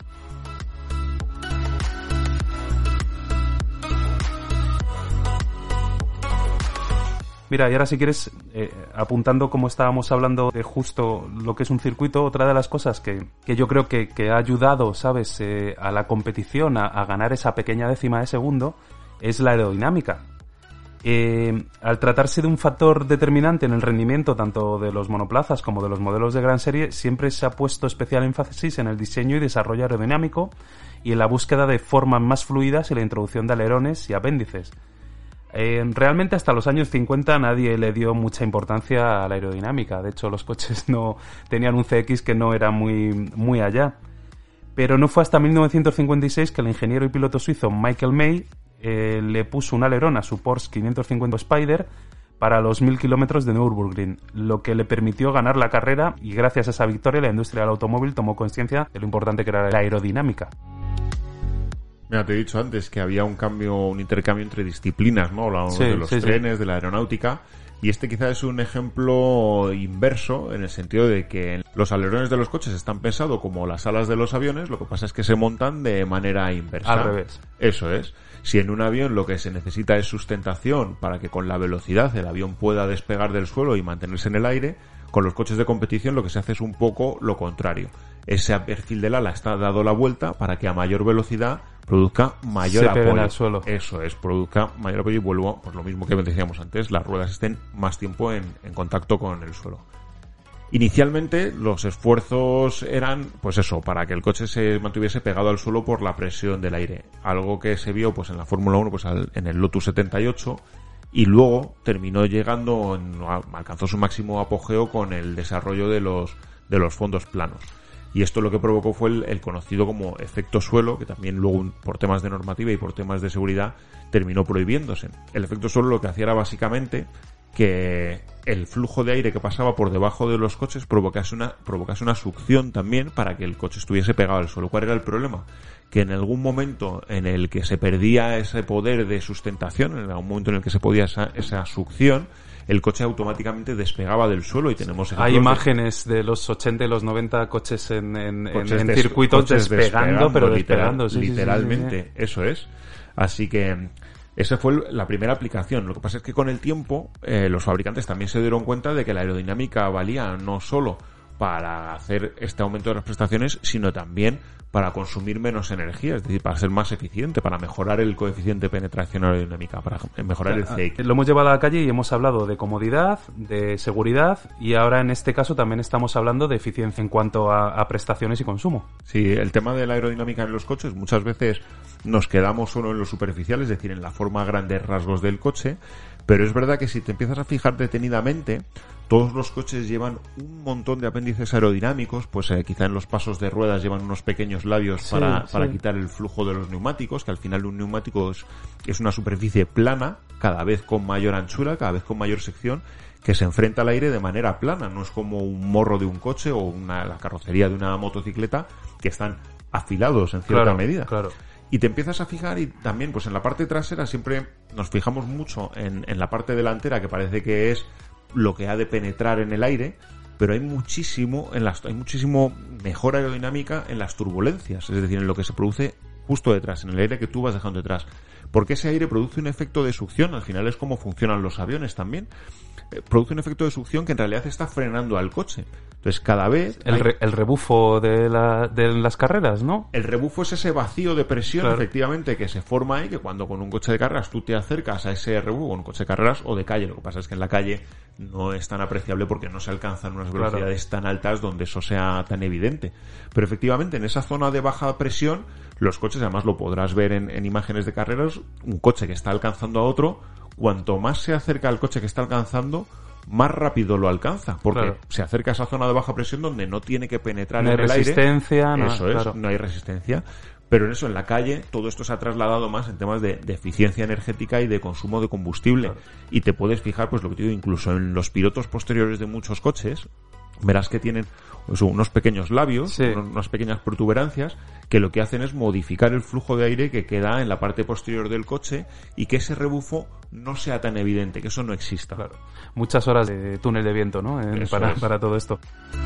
Mira, y ahora si quieres, apuntando como estábamos hablando de justo lo que es un circuito, otra de las cosas que yo creo que ha ayudado, ¿sabes?, a la competición a ganar esa pequeña décima de segundo, es la aerodinámica. Al tratarse de un factor determinante en el rendimiento tanto de los monoplazas como de los modelos de gran serie, siempre se ha puesto especial énfasis en el diseño y desarrollo aerodinámico y en la búsqueda de formas más fluidas y la introducción de alerones y apéndices. Realmente hasta los años 50 nadie le dio mucha importancia a la aerodinámica. De hecho, los coches no tenían un CX que no era muy allá. Pero no fue hasta 1956 que el ingeniero y piloto suizo Michael May le puso un alerón a su Porsche 550 Spider para los 1000 kilómetros de Nürburgring, lo que le permitió ganar la carrera, y gracias a esa victoria la industria del automóvil tomó conciencia de lo importante que era la aerodinámica. Mira, te he dicho antes que había un intercambio entre disciplinas, ¿no? Hablábamos de los trenes, de la aeronáutica, y este quizá es un ejemplo inverso en el sentido de que los alerones de los coches están pensados como las alas de los aviones, lo que pasa es que se montan de manera inversa. Al revés. Eso es. Si en un avión lo que se necesita es sustentación para que con la velocidad el avión pueda despegar del suelo y mantenerse en el aire, con los coches de competición lo que se hace es un poco lo contrario. Ese perfil del ala está dado la vuelta para que a mayor velocidad produzca mayor apoyo. Se peguen al suelo. Eso es, produzca mayor apoyo y vuelvo, pues lo mismo que decíamos antes, las ruedas estén más tiempo en contacto con el suelo. Inicialmente los esfuerzos eran, pues eso, para que el coche se mantuviese pegado al suelo por la presión del aire. Algo que se vio pues en la Fórmula 1, pues en el Lotus 78, y luego terminó llegando, alcanzó su máximo apogeo con el desarrollo de los fondos planos. Y esto lo que provocó fue el conocido como efecto suelo, que también luego por temas de normativa y por temas de seguridad terminó prohibiéndose. El efecto suelo lo que hacía era básicamente que el flujo de aire que pasaba por debajo de los coches provocase una succión también para que el coche estuviese pegado al suelo. ¿Cuál era el problema? Que en algún momento en el que se perdía ese poder de sustentación, en algún momento en el que se podía esa succión, el coche automáticamente despegaba del suelo y tenemos ejemplos. Hay imágenes de los 80 y los 90 coches en circuitos despegando, pero despegando. Literalmente, eso es. Así que esa fue la primera aplicación. Lo que pasa es que con el tiempo los fabricantes también se dieron cuenta de que la aerodinámica valía no solo para hacer este aumento de las prestaciones, sino también para consumir menos energía, es decir, para ser más eficiente, para mejorar el coeficiente de penetración aerodinámica, para mejorar el CX. Lo hemos llevado a la calle y hemos hablado de comodidad, de seguridad, y ahora en este caso también estamos hablando de eficiencia en cuanto a prestaciones y consumo. Sí, el tema de la aerodinámica en los coches, muchas veces nos quedamos solo en lo superficial, es decir, en la forma a grandes rasgos del coche, pero es verdad que si te empiezas a fijar detenidamente, todos los coches llevan un montón de apéndices aerodinámicos, pues quizá en los pasos de ruedas llevan unos pequeños labios para quitar el flujo de los neumáticos, que al final un neumático es una superficie plana, cada vez con mayor anchura, cada vez con mayor sección, que se enfrenta al aire de manera plana, no es como un morro de un coche o la carrocería de una motocicleta, que están afilados en cierta medida. Claro. Y te empiezas a fijar, y también pues en la parte trasera siempre nos fijamos mucho en la parte delantera, que parece que es lo que ha de penetrar en el aire, pero hay muchísimo mejor aerodinámica en las turbulencias, es decir, en lo que se produce justo detrás, en el aire que tú vas dejando detrás, porque ese aire produce un efecto de succión, al final es como funcionan los aviones también, produce un efecto de succión que en realidad está frenando al coche. Entonces cada vez... El rebufo de las carreras, ¿no? El rebufo es ese vacío de presión, efectivamente, que se forma ahí, que cuando con un coche de carreras tú te acercas a ese rebufo, con un coche de carreras o de calle, lo que pasa es que en la calle no es tan apreciable porque no se alcanzan unas velocidades tan altas donde eso sea tan evidente. Pero efectivamente en esa zona de baja presión, los coches, además lo podrás ver en imágenes de carreras, un coche que está alcanzando a otro, cuanto más se acerca al coche que está alcanzando, más rápido lo alcanza, porque se acerca a esa zona de baja presión donde no tiene que penetrar en el aire. No hay resistencia. Pero en eso, en la calle, todo esto se ha trasladado más en temas de eficiencia energética y de consumo de combustible. Y te puedes fijar, pues lo que te digo, incluso en los pilotos posteriores de muchos coches, verás que tienen unos pequeños labios, unas pequeñas protuberancias, que lo que hacen es modificar el flujo de aire que queda en la parte posterior del coche y que ese rebufo no sea tan evidente, que eso no exista. Claro. Muchas horas de túnel de viento, ¿no? Para todo esto.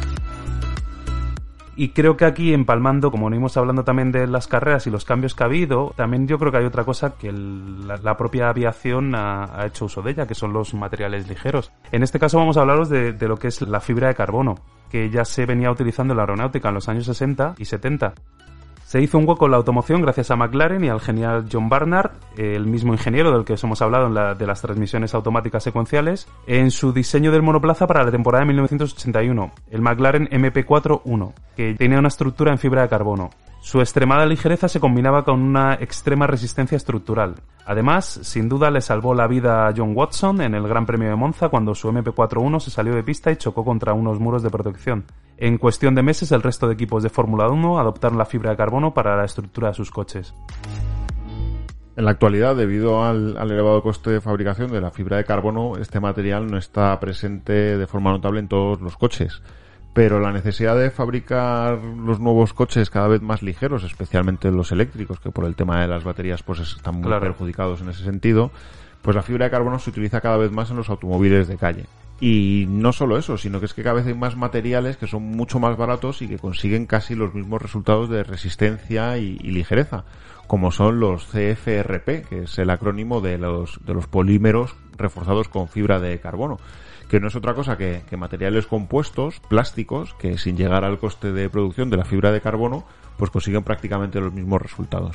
Y creo que aquí, empalmando, como venimos hablando también de las carreras y los cambios que ha habido, también yo creo que hay otra cosa que la propia aviación ha hecho uso de ella, que son los materiales ligeros. En este caso vamos a hablaros de lo que es la fibra de carbono, que ya se venía utilizando en la aeronáutica en los años 60 y 70. Se hizo un hueco en la automoción gracias a McLaren y al genial John Barnard, el mismo ingeniero del que os hemos hablado de las transmisiones automáticas secuenciales, en su diseño del monoplaza para la temporada de 1981, el McLaren MP4-1, que tenía una estructura en fibra de carbono. Su extremada ligereza se combinaba con una extrema resistencia estructural. Además, sin duda le salvó la vida a John Watson en el Gran Premio de Monza cuando su MP4-1 se salió de pista y chocó contra unos muros de protección. En cuestión de meses, el resto de equipos de Fórmula 1 adoptaron la fibra de carbono para la estructura de sus coches. En la actualidad, debido al elevado coste de fabricación de la fibra de carbono, este material no está presente de forma notable en todos los coches. Pero la necesidad de fabricar los nuevos coches cada vez más ligeros, especialmente los eléctricos, que por el tema de las baterías pues están muy perjudicados en ese sentido, pues la fibra de carbono se utiliza cada vez más en los automóviles de calle. Y no solo eso, sino que es que cada vez hay más materiales que son mucho más baratos y que consiguen casi los mismos resultados de resistencia y ligereza, como son los CFRP, que es el acrónimo de los polímeros reforzados con fibra de carbono, que no es otra cosa que materiales compuestos, plásticos, que sin llegar al coste de producción de la fibra de carbono, pues consiguen prácticamente los mismos resultados.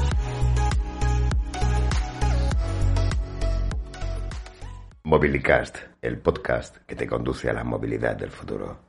Mobilicast, el podcast que te conduce a la movilidad del futuro.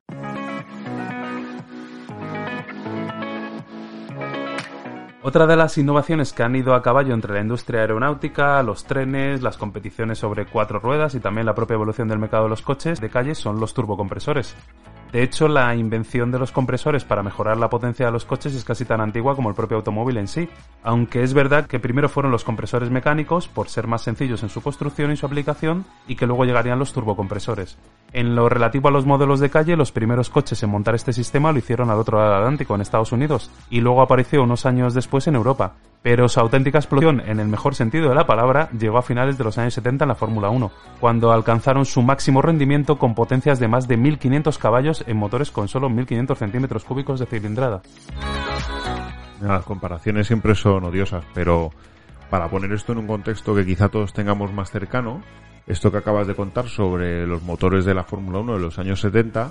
Otra de las innovaciones que han ido a caballo entre la industria aeronáutica, los trenes, las competiciones sobre 4 ruedas y también la propia evolución del mercado de los coches de calle son los turbocompresores. De hecho, la invención de los compresores para mejorar la potencia de los coches es casi tan antigua como el propio automóvil en sí, aunque es verdad que primero fueron los compresores mecánicos por ser más sencillos en su construcción y su aplicación y que luego llegarían los turbocompresores. En lo relativo a los modelos de calle, los primeros coches en montar este sistema lo hicieron al otro lado del Atlántico, en Estados Unidos, y luego apareció unos años después en Europa. Pero su auténtica explosión, en el mejor sentido de la palabra, llegó a finales de los años 70 en la Fórmula 1, cuando alcanzaron su máximo rendimiento con potencias de más de 1500 caballos en motores con solo 1500 centímetros cúbicos de cilindrada. Las comparaciones siempre son odiosas, pero para poner esto en un contexto que quizá todos tengamos más cercano, esto que acabas de contar sobre los motores de la Fórmula 1 de los años 70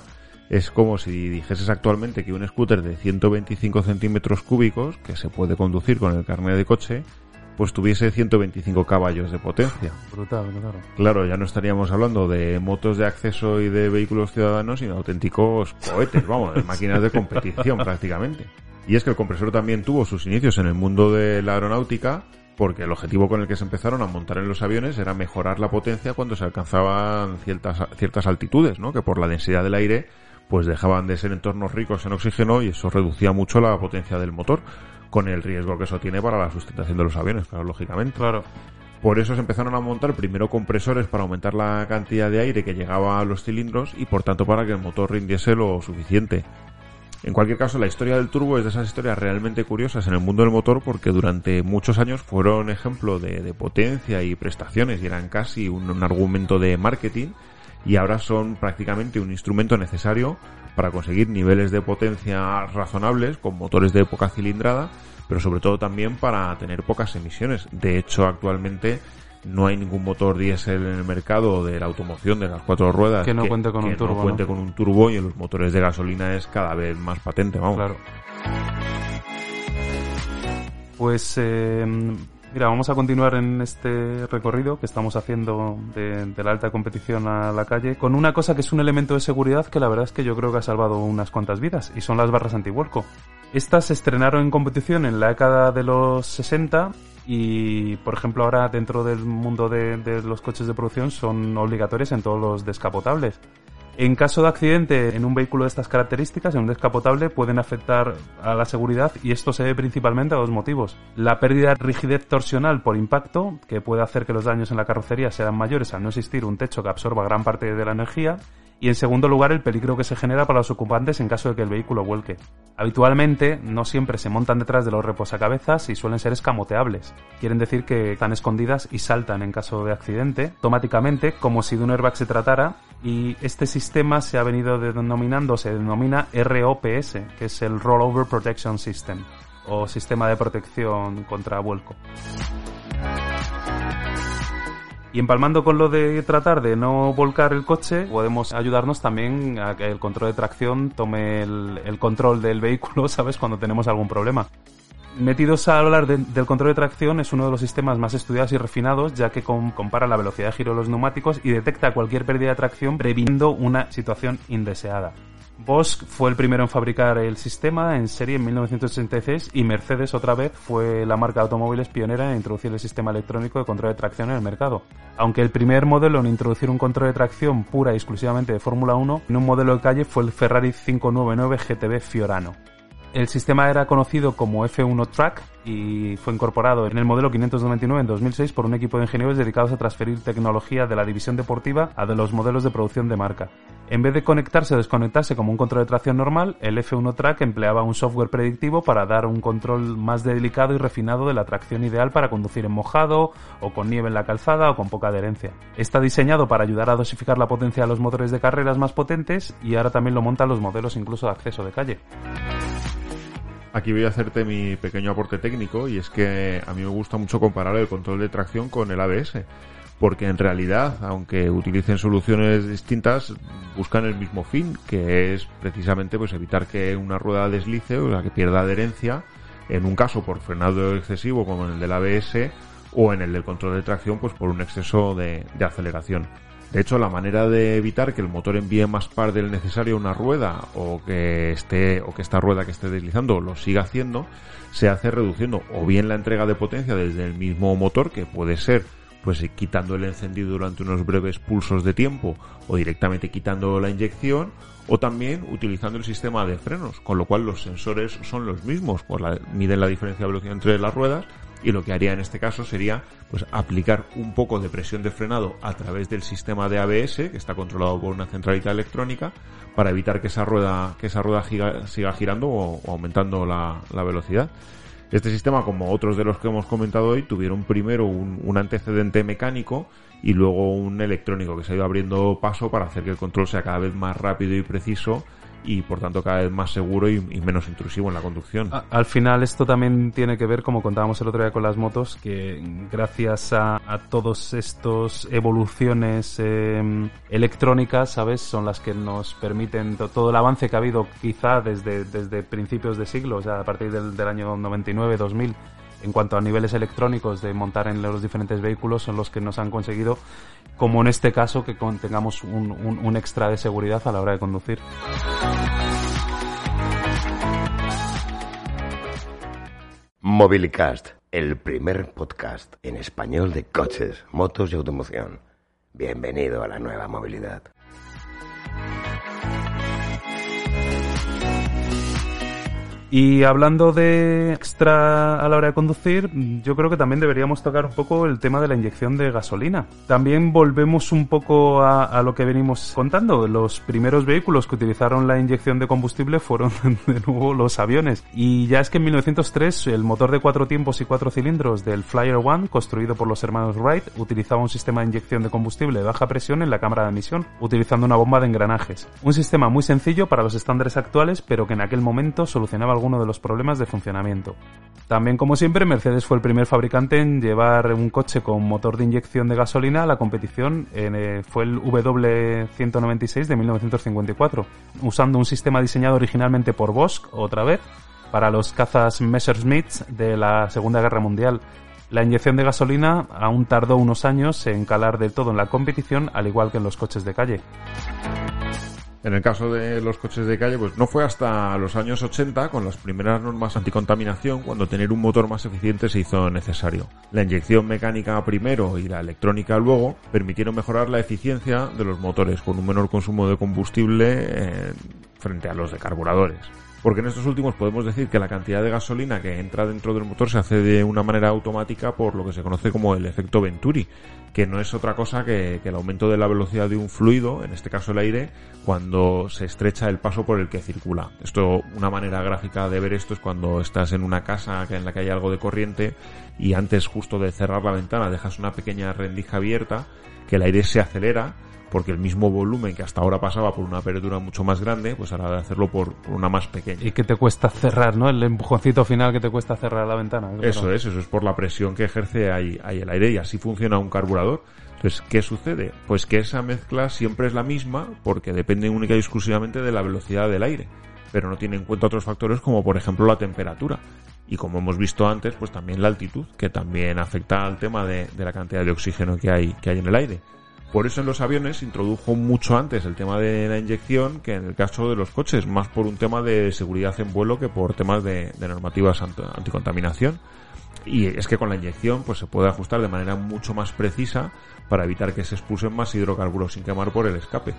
Es como si dijeses actualmente que un scooter de 125 centímetros cúbicos, que se puede conducir con el carnet de coche, pues tuviese 125 caballos de potencia. Brutal, claro. Claro, ya no estaríamos hablando de motos de acceso y de vehículos ciudadanos, sino auténticos cohetes, vamos, de máquinas de competición prácticamente. Y es que el compresor también tuvo sus inicios en el mundo de la aeronáutica, porque el objetivo con el que se empezaron a montar en los aviones era mejorar la potencia cuando se alcanzaban ciertas altitudes, ¿no? Que por la densidad del aire pues dejaban de ser entornos ricos en oxígeno y eso reducía mucho la potencia del motor, con el riesgo que eso tiene para la sustentación de los aviones, claro, lógicamente. Claro. Por eso se empezaron a montar primero compresores para aumentar la cantidad de aire que llegaba a los cilindros y por tanto para que el motor rindiese lo suficiente. En cualquier caso, la historia del turbo es de esas historias realmente curiosas en el mundo del motor porque durante muchos años fueron ejemplo de potencia y prestaciones y eran casi un argumento de marketing, y ahora son prácticamente un instrumento necesario para conseguir niveles de potencia razonables con motores de poca cilindrada, pero sobre todo también para tener pocas emisiones. De hecho, actualmente no hay ningún motor diésel en el mercado de la automoción de las 4 ruedas que no cuente con un turbo, no cuente con un turbo, y en los motores de gasolina es cada vez más patente, vamos. Claro. Pues mira, vamos a continuar en este recorrido que estamos haciendo de la alta competición a la calle con una cosa que es un elemento de seguridad que la verdad es que yo creo que ha salvado unas cuantas vidas, y son las barras antivuelco. Estas se estrenaron en competición en la década de los 60 y, por ejemplo, ahora dentro del mundo de los coches de producción son obligatorias en todos los descapotables. En caso de accidente en un vehículo de estas características, en un descapotable, pueden afectar a la seguridad, y esto se debe principalmente a dos motivos. La pérdida de rigidez torsional por impacto, que puede hacer que los daños en la carrocería sean mayores al no existir un techo que absorba gran parte de la energía. Y en segundo lugar, el peligro que se genera para los ocupantes en caso de que el vehículo vuelque. Habitualmente, no siempre se montan detrás de los reposacabezas y suelen ser escamoteables. Quieren decir que están escondidas y saltan en caso de accidente, automáticamente, como si de un airbag se tratara, y este sistema se denomina ROPS, que es el Rollover Protection System, o Sistema de Protección contra Vuelco. Y empalmando con lo de tratar de no volcar el coche, podemos ayudarnos también a que el control de tracción tome el control del vehículo, ¿sabes?, cuando tenemos algún problema. Metidos a hablar del control de tracción, es uno de los sistemas más estudiados y refinados, ya que compara la velocidad de giro de los neumáticos y detecta cualquier pérdida de tracción previniendo una situación indeseada. Bosch fue el primero en fabricar el sistema en serie en 1986 y Mercedes, otra vez, fue la marca de automóviles pionera en introducir el sistema electrónico de control de tracción en el mercado. Aunque el primer modelo en introducir un control de tracción pura y exclusivamente de Fórmula 1 en un modelo de calle fue el Ferrari 599 GTB Fiorano. El sistema era conocido como F1 Track y fue incorporado en el modelo 599 en 2006 por un equipo de ingenieros dedicados a transferir tecnología de la división deportiva a de los modelos de producción de marca. En vez de conectarse o desconectarse como un control de tracción normal, el F1 Track empleaba un software predictivo para dar un control más delicado y refinado de la tracción ideal para conducir en mojado, o con nieve en la calzada, o con poca adherencia. Está diseñado para ayudar a dosificar la potencia de los motores de carreras más potentes, y ahora también lo montan los modelos incluso de acceso de calle. Aquí voy a hacerte mi pequeño aporte técnico, y es que a mí me gusta mucho comparar el control de tracción con el ABS, porque en realidad, aunque utilicen soluciones distintas, buscan el mismo fin, que es precisamente pues evitar que una rueda deslice, o sea, que pierda adherencia, en un caso por frenado excesivo como en el del ABS, o en el del control de tracción pues por un exceso de aceleración. De hecho, la manera de evitar que el motor envíe más par del necesario a una rueda, o que esta rueda que esté deslizando lo siga haciendo, se hace reduciendo o bien la entrega de potencia desde el mismo motor, que puede ser pues quitando el encendido durante unos breves pulsos de tiempo, o directamente quitando la inyección, o también utilizando el sistema de frenos, con lo cual los sensores son los mismos, pues miden la diferencia de velocidad entre las ruedas, y lo que haría en este caso sería pues aplicar un poco de presión de frenado a través del sistema de ABS, que está controlado por una centralita electrónica, para evitar que esa rueda siga girando o aumentando la velocidad. Este sistema, como otros de los que hemos comentado hoy, tuvieron primero un antecedente mecánico y luego un electrónico, que se ha ido abriendo paso para hacer que el control sea cada vez más rápido y preciso y por tanto cada vez más seguro y menos intrusivo en la conducción. Al final esto también tiene que ver, como contábamos el otro día con las motos, que gracias a todos estos evoluciones electrónicas, ¿sabes? Son las que nos permiten todo el avance que ha habido quizá desde principios de siglo, o sea, a partir del año 99-2000, en cuanto a niveles electrónicos de montar en los diferentes vehículos, son los que nos han conseguido, como en este caso, que tengamos un extra de seguridad a la hora de conducir. Mobilicast, el primer podcast en español de coches, motos y automoción. Bienvenido a la nueva movilidad. Y hablando de extra a la hora de conducir, yo creo que también deberíamos tocar un poco el tema de la inyección de gasolina. También volvemos un poco a lo que venimos contando. Los primeros vehículos que utilizaron la inyección de combustible fueron de nuevo los aviones. Y ya es que en 1903 el motor de 4 tiempos y 4 cilindros del Flyer One, construido por los hermanos Wright, utilizaba un sistema de inyección de combustible de baja presión en la cámara de emisión, utilizando una bomba de engranajes. Un sistema muy sencillo para los estándares actuales, pero que en aquel momento solucionaba alguno de los problemas de funcionamiento. También, como siempre, Mercedes fue el primer fabricante en llevar un coche con motor de inyección de gasolina a la competición. Fue el W196 de 1954, usando un sistema diseñado originalmente por Bosch, otra vez, para los cazas Messerschmitt de la Segunda Guerra Mundial. La inyección de gasolina aún tardó unos años en calar del todo en la competición, al igual que en los coches de calle. En el caso de los coches de calle, pues no fue hasta los años 80, con las primeras normas anticontaminación, cuando tener un motor más eficiente se hizo necesario. La inyección mecánica primero y la electrónica luego permitieron mejorar la eficiencia de los motores con un menor consumo de combustible frente a los de carburadores. Porque en estos últimos podemos decir que la cantidad de gasolina que entra dentro del motor se hace de una manera automática por lo que se conoce como el efecto Venturi, que no es otra cosa que el aumento de la velocidad de un fluido, en este caso el aire, cuando se estrecha el paso por el que circula. Una manera gráfica de ver esto es cuando estás en una casa en la que hay algo de corriente y antes justo de cerrar la ventana dejas una pequeña rendija abierta, que el aire se acelera, porque el mismo volumen que hasta ahora pasaba por una apertura mucho más grande, pues ahora de hacerlo por una más pequeña. Y que te cuesta cerrar, ¿no? El empujoncito final que te cuesta cerrar la ventana. Eso es por la presión que ejerce ahí el aire, y así funciona un carburador. Entonces, ¿qué sucede? Pues que esa mezcla siempre es la misma, porque depende única y exclusivamente de la velocidad del aire, pero no tiene en cuenta otros factores como por ejemplo la temperatura. Y como hemos visto antes, pues también la altitud, que también afecta al tema de la cantidad de oxígeno que hay en el aire. Por eso en los aviones se introdujo mucho antes el tema de la inyección que en el caso de los coches, más por un tema de seguridad en vuelo que por temas de normativas anticontaminación. Y es que con la inyección pues se puede ajustar de manera mucho más precisa para evitar que se expulsen más hidrocarburos sin quemar por el escape.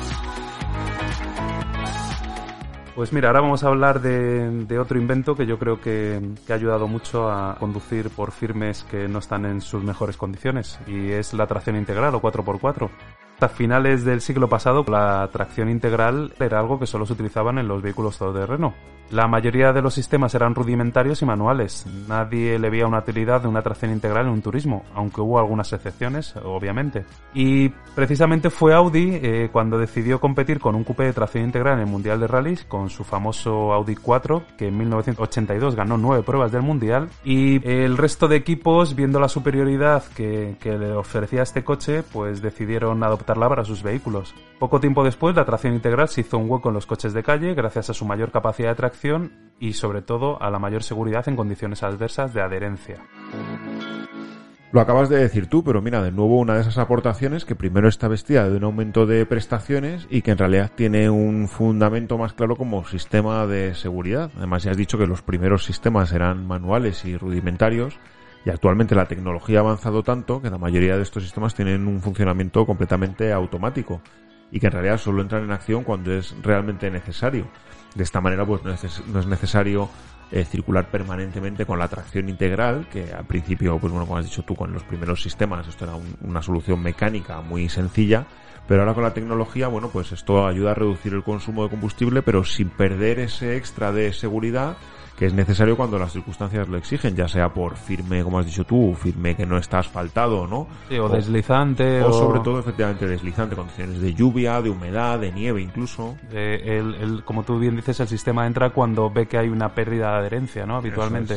Pues mira, ahora vamos a hablar de otro invento que yo creo que ha ayudado mucho a conducir por firmes que no están en sus mejores condiciones, y es la tracción integral o 4x4. Hasta finales del siglo pasado, la tracción integral era algo que solo se utilizaban en los vehículos todoterreno. La mayoría de los sistemas eran rudimentarios y manuales. Nadie le veía una utilidad de una tracción integral en un turismo, aunque hubo algunas excepciones, obviamente. Y precisamente fue Audi cuando decidió competir con un coupé de tracción integral en el Mundial de Rallys, con su famoso Audi 4, que en 1982 ganó 9 pruebas del Mundial, y el resto de equipos, viendo la superioridad que le ofrecía este coche, pues decidieron adoptarla para sus vehículos. Poco tiempo después, la tracción integral se hizo un hueco en los coches de calle gracias a su mayor capacidad de tracción y sobre todo a la mayor seguridad en condiciones adversas de adherencia. Lo acabas de decir tú, pero mira, de nuevo una de esas aportaciones que primero está vestida de un aumento de prestaciones y que en realidad tiene un fundamento más claro como sistema de seguridad. Además ya has dicho que los primeros sistemas eran manuales y rudimentarios, y actualmente la tecnología ha avanzado tanto que la mayoría de estos sistemas tienen un funcionamiento completamente automático y que en realidad solo entran en acción cuando es realmente necesario. De esta manera pues no es necesario circular permanentemente con la tracción integral, que al principio, pues bueno, como has dicho tú, con los primeros sistemas esto era una solución mecánica muy sencilla, pero ahora con la tecnología, bueno, pues esto ayuda a reducir el consumo de combustible, pero sin perder ese extra de seguridad es necesario cuando las circunstancias lo exigen, ya sea por firme, como has dicho tú, firme que no está asfaltado, ¿no? Sí, o deslizante. O sobre todo, efectivamente, deslizante, condiciones de lluvia, de humedad, de nieve incluso. Como tú bien dices, el sistema entra cuando ve que hay una pérdida de adherencia, ¿no? Habitualmente.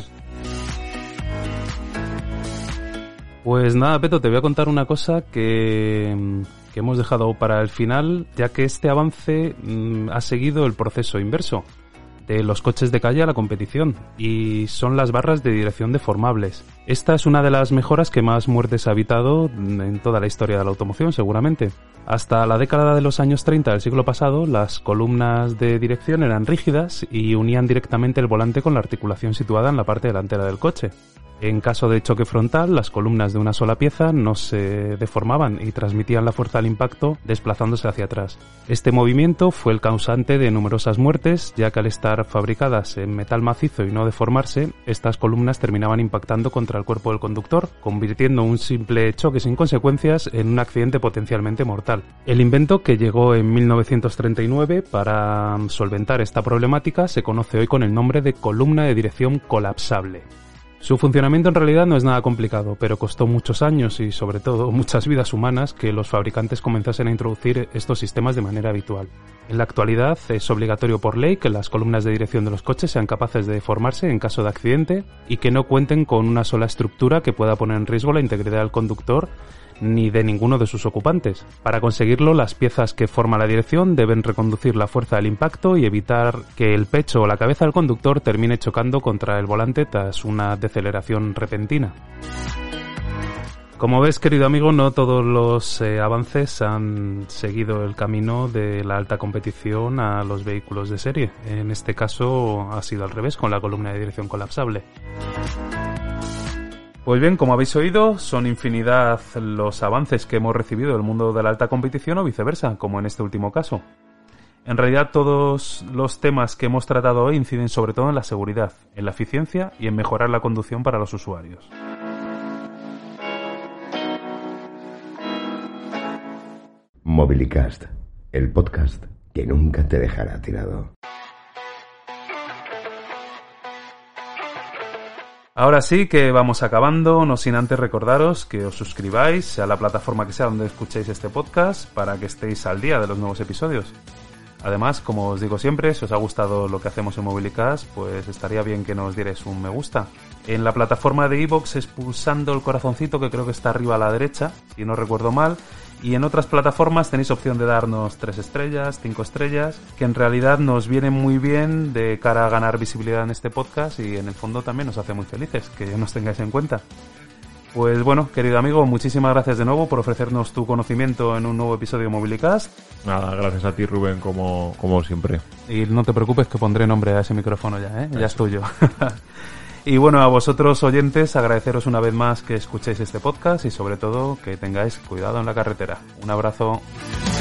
Pues nada, Peto, te voy a contar una cosa que hemos dejado para el final, ya que este avance ha seguido el proceso inverso de los coches de calle a la competición, y son las barras de dirección deformables. Esta es una de las mejoras que más muertes ha evitado en toda la historia de la automoción, seguramente. Hasta la década de los años 30 del siglo pasado, las columnas de dirección eran rígidas y unían directamente el volante con la articulación situada en la parte delantera del coche. En caso de choque frontal, las columnas de una sola pieza no se deformaban y transmitían la fuerza al impacto desplazándose hacia atrás. Este movimiento fue el causante de numerosas muertes, ya que al estar fabricadas en metal macizo y no deformarse, estas columnas terminaban impactando contra el cuerpo del conductor, convirtiendo un simple choque sin consecuencias en un accidente potencialmente mortal. El invento, que llegó en 1939 para solventar esta problemática, se conoce hoy con el nombre de columna de dirección colapsable. Su funcionamiento en realidad no es nada complicado, pero costó muchos años y sobre todo muchas vidas humanas que los fabricantes comenzasen a introducir estos sistemas de manera habitual. En la actualidad es obligatorio por ley que las columnas de dirección de los coches sean capaces de deformarse en caso de accidente y que no cuenten con una sola estructura que pueda poner en riesgo la integridad del conductor ni de ninguno de sus ocupantes. Para conseguirlo, las piezas que forman la dirección deben reconducir la fuerza del impacto y evitar que el pecho o la cabeza del conductor termine chocando contra el volante tras una deceleración repentina. Como ves, querido amigo, no todos los avances han seguido el camino de la alta competición a los vehículos de serie. En este caso ha sido al revés, con la columna de dirección colapsable. Pues bien, como habéis oído, son infinidad los avances que hemos recibido del mundo de la alta competición o viceversa, como en este último caso. En realidad, todos los temas que hemos tratado hoy inciden sobre todo en la seguridad, en la eficiencia y en mejorar la conducción para los usuarios. Mobilicast, el podcast que nunca te dejará tirado. Ahora sí que vamos acabando, no sin antes recordaros que os suscribáis a la plataforma que sea donde escuchéis este podcast para que estéis al día de los nuevos episodios. Además, como os digo siempre, si os ha gustado lo que hacemos en Mobilicast, pues estaría bien que nos dierais un me gusta. En la plataforma de iVoox es pulsando el corazoncito que creo que está arriba a la derecha, si no recuerdo mal. Y en otras plataformas tenéis opción de darnos 3 estrellas, 5 estrellas, que en realidad nos viene muy bien de cara a ganar visibilidad en este podcast y en el fondo también nos hace muy felices, que nos tengáis en cuenta. Pues bueno, querido amigo, muchísimas gracias de nuevo por ofrecernos tu conocimiento en un nuevo episodio de Mobilicast. Nada, gracias a ti, Rubén, como siempre. Y no te preocupes que pondré nombre a ese micrófono ya, ya es tuyo. Y bueno, a vosotros oyentes, agradeceros una vez más que escuchéis este podcast y sobre todo que tengáis cuidado en la carretera. Un abrazo.